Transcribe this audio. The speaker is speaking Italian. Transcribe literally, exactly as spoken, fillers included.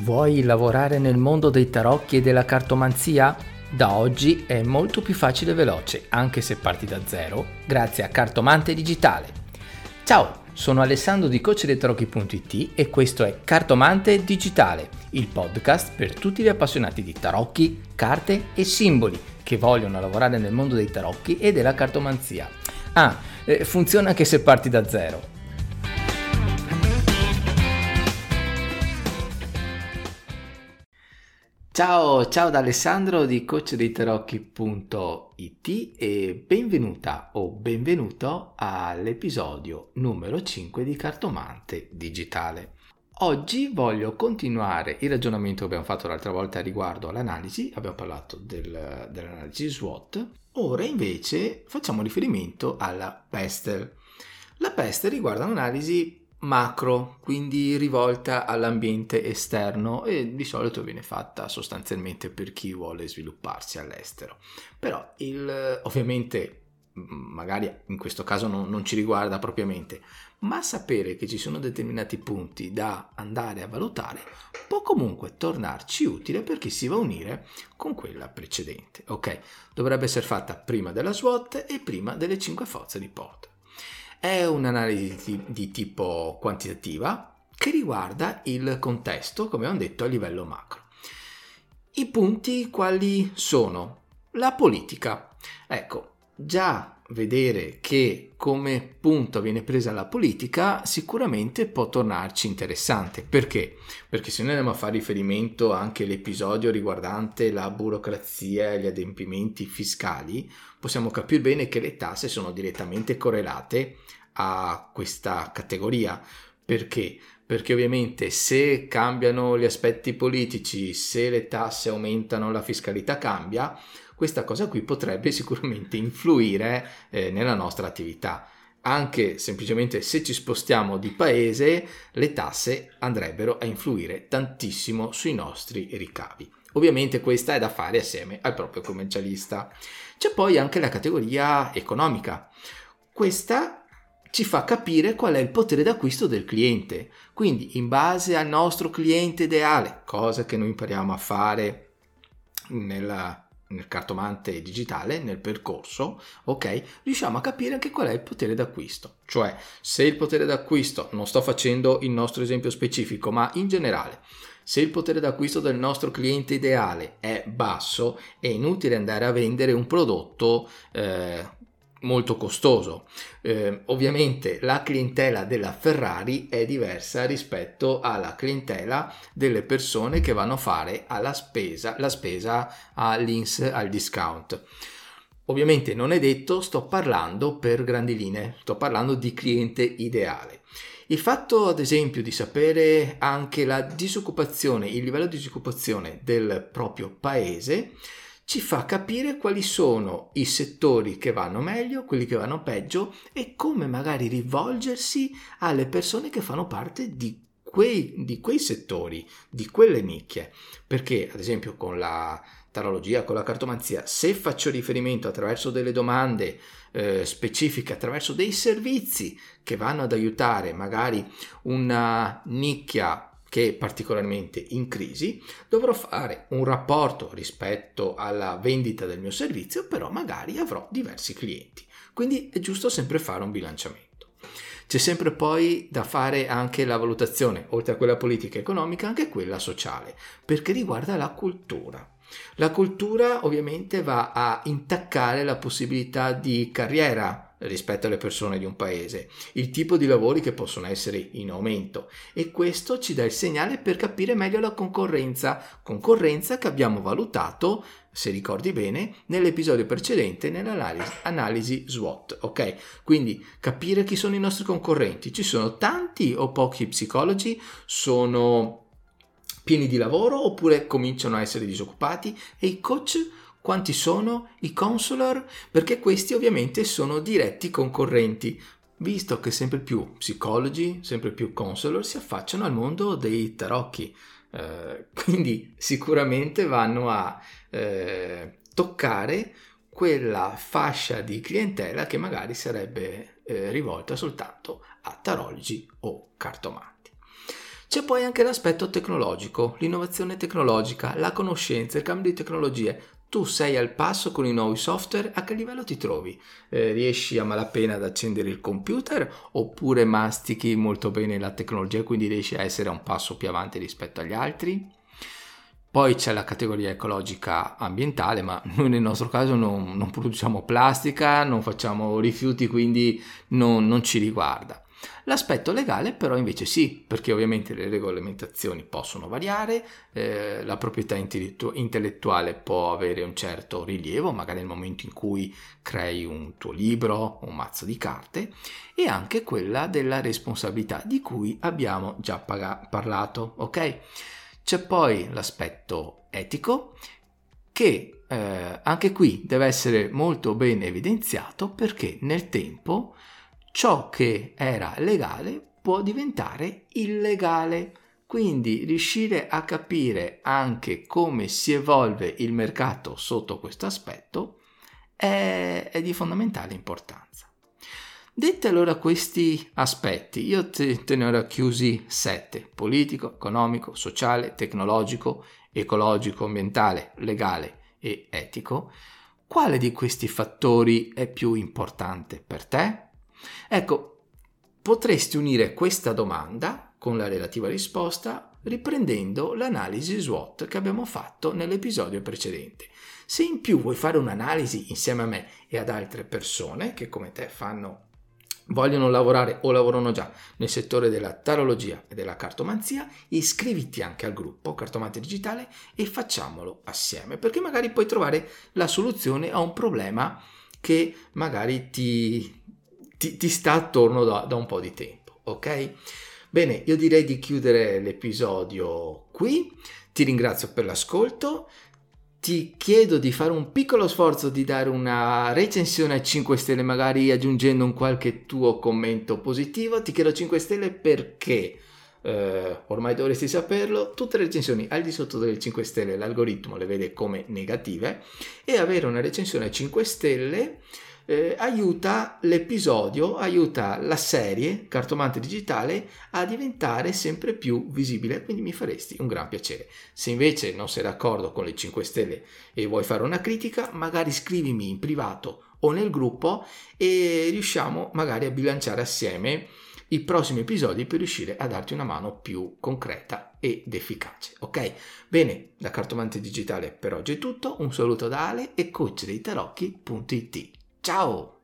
Vuoi lavorare nel mondo dei tarocchi e della cartomanzia? Da oggi è molto più facile e veloce, anche se parti da zero, grazie a Cartomante Digitale. Ciao, sono Alessandro di coach dei tarocchi punto it e questo è Cartomante Digitale, il podcast per tutti gli appassionati di tarocchi, carte e simboli che vogliono lavorare nel mondo dei tarocchi e della cartomanzia. Ah, eh, funziona anche se parti da zero. Ciao, ciao da Alessandro di coach dei tarocchi punto it e benvenuta o benvenuto all'episodio numero cinque di Cartomante Digitale. Oggi voglio continuare il ragionamento che abbiamo fatto l'altra volta riguardo all'analisi, abbiamo parlato del, dell'analisi SWOT, ora invece facciamo riferimento alla Pestel. La Pestel riguarda un'analisi macro, quindi rivolta all'ambiente esterno e di solito viene fatta sostanzialmente per chi vuole svilupparsi all'estero. Però il, ovviamente magari in questo caso non, non ci riguarda propriamente, ma sapere che ci sono determinati punti da andare a valutare può comunque tornarci utile per chi si va a unire con quella precedente. Ok, dovrebbe essere fatta prima della SWOT e prima delle cinque forze di Porter. È un'analisi di tipo quantitativa che riguarda il contesto, come abbiamo detto, a livello macro. I punti quali sono? La politica. Ecco, già vedere che come punto viene presa la politica sicuramente può tornarci interessante. Perché? Perché se noi andiamo a fare riferimento anche all'episodio riguardante la burocrazia e gli adempimenti fiscali, possiamo capire bene che le tasse sono direttamente correlate a questa categoria. Perché? Perché ovviamente se cambiano gli aspetti politici, se le tasse aumentano, la fiscalità cambia, questa cosa qui potrebbe sicuramente influire eh, nella nostra attività. Anche semplicemente se ci spostiamo di paese, le tasse andrebbero a influire tantissimo sui nostri ricavi. Ovviamente questa è da fare assieme al proprio commercialista. C'è poi anche la categoria economica. Questa ci fa capire qual è il potere d'acquisto del cliente. Quindi in base al nostro cliente ideale, cosa che noi impariamo a fare nella nel cartomante digitale, nel percorso, ok, riusciamo a capire anche qual è il potere d'acquisto. Cioè, se il potere d'acquisto, non sto facendo il nostro esempio specifico, ma in generale, se il potere d'acquisto del nostro cliente ideale è basso, è inutile andare a vendere un prodotto eh, molto costoso. Eh, ovviamente la clientela della Ferrari è diversa rispetto alla clientela delle persone che vanno a fare alla spesa, la spesa all'I N S, al discount. Ovviamente non è detto, sto parlando per grandi linee, sto parlando di cliente ideale. Il fatto ad esempio di sapere anche la disoccupazione, il livello di disoccupazione del proprio paese ci fa capire quali sono i settori che vanno meglio, quelli che vanno peggio e come magari rivolgersi alle persone che fanno parte di quei, di quei settori, di quelle nicchie. Perché ad esempio con la tarologia, con la cartomanzia, se faccio riferimento attraverso delle domande eh, specifiche, attraverso dei servizi che vanno ad aiutare magari una nicchia che è particolarmente in crisi, dovrò fare un rapporto rispetto alla vendita del mio servizio, però magari avrò diversi clienti. Quindi è giusto sempre fare un bilanciamento. C'è sempre poi da fare anche la valutazione, oltre a quella politica e economica, anche quella sociale, perché riguarda la cultura. La cultura ovviamente va a intaccare la possibilità di carriera rispetto alle persone di un paese, il tipo di lavori che possono essere in aumento, e questo ci dà il segnale per capire meglio la concorrenza, concorrenza che abbiamo valutato, se ricordi bene, nell'episodio precedente nell'analisi analisi SWOT, ok? Quindi capire chi sono i nostri concorrenti. Ci sono tanti o pochi psicologi? Sono pieni di lavoro oppure cominciano a essere disoccupati? E i coach quanti sono? I counselor? Perché questi ovviamente sono diretti concorrenti, visto che sempre più psicologi, sempre più counselor si affacciano al mondo dei tarocchi. Eh, quindi sicuramente vanno a eh, toccare quella fascia di clientela che magari sarebbe eh, rivolta soltanto a tarologi o cartomanti. C'è poi anche l'aspetto tecnologico, l'innovazione tecnologica, la conoscenza, il cambio di tecnologie. Tu sei al passo con i nuovi software, a che livello ti trovi? Eh, riesci a malapena ad accendere il computer oppure mastichi molto bene la tecnologia e quindi riesci a essere a un passo più avanti rispetto agli altri? Poi c'è la categoria ecologica ambientale, ma noi nel nostro caso non, non produciamo plastica, non facciamo rifiuti, quindi non, non ci riguarda. L'aspetto legale però invece sì, perché ovviamente le regolamentazioni possono variare, eh, la proprietà intellettu- intellettuale può avere un certo rilievo, magari nel momento in cui crei un tuo libro, un mazzo di carte, e anche quella della responsabilità di cui abbiamo già paga- parlato, ok? C'è poi l'aspetto etico che eh, anche qui deve essere molto ben evidenziato perché nel tempo ciò che era legale può diventare illegale. Quindi riuscire a capire anche come si evolve il mercato sotto questo aspetto è, è di fondamentale importanza. Detti allora questi aspetti, io te, te ne ho racchiusi sette: politico, economico, sociale, tecnologico, ecologico, ambientale, legale e etico. Quale di questi fattori è più importante per te? Ecco, potresti unire questa domanda con la relativa risposta riprendendo l'analisi SWOT che abbiamo fatto nell'episodio precedente. Se in più vuoi fare un'analisi insieme a me e ad altre persone che come te fanno vogliono lavorare o lavorano già nel settore della tarologia e della cartomanzia, iscriviti anche al gruppo Cartomante Digitale e facciamolo assieme, perché magari puoi trovare la soluzione a un problema che magari ti, ti, ti sta attorno da, da un po' di tempo, ok? Bene, io direi di chiudere l'episodio qui, ti ringrazio per l'ascolto. Ti chiedo di fare un piccolo sforzo di dare una recensione a cinque stelle, magari aggiungendo un qualche tuo commento positivo. Ti chiedo cinque stelle perché, eh, ormai dovresti saperlo, tutte le recensioni al di sotto delle cinque stelle l'algoritmo le vede come negative e avere una recensione a cinque stelle eh, aiuta l'episodio, aiuta la serie Cartomante Digitale a diventare sempre più visibile, quindi mi faresti un gran piacere. Se invece non sei d'accordo con le cinque stelle e vuoi fare una critica, magari scrivimi in privato o nel gruppo e riusciamo magari a bilanciare assieme i prossimi episodi per riuscire a darti una mano più concreta ed efficace, ok? Bene, da Cartomante Digitale per oggi è tutto, un saluto da Ale e coach dei tarocchi punto it. Ciao!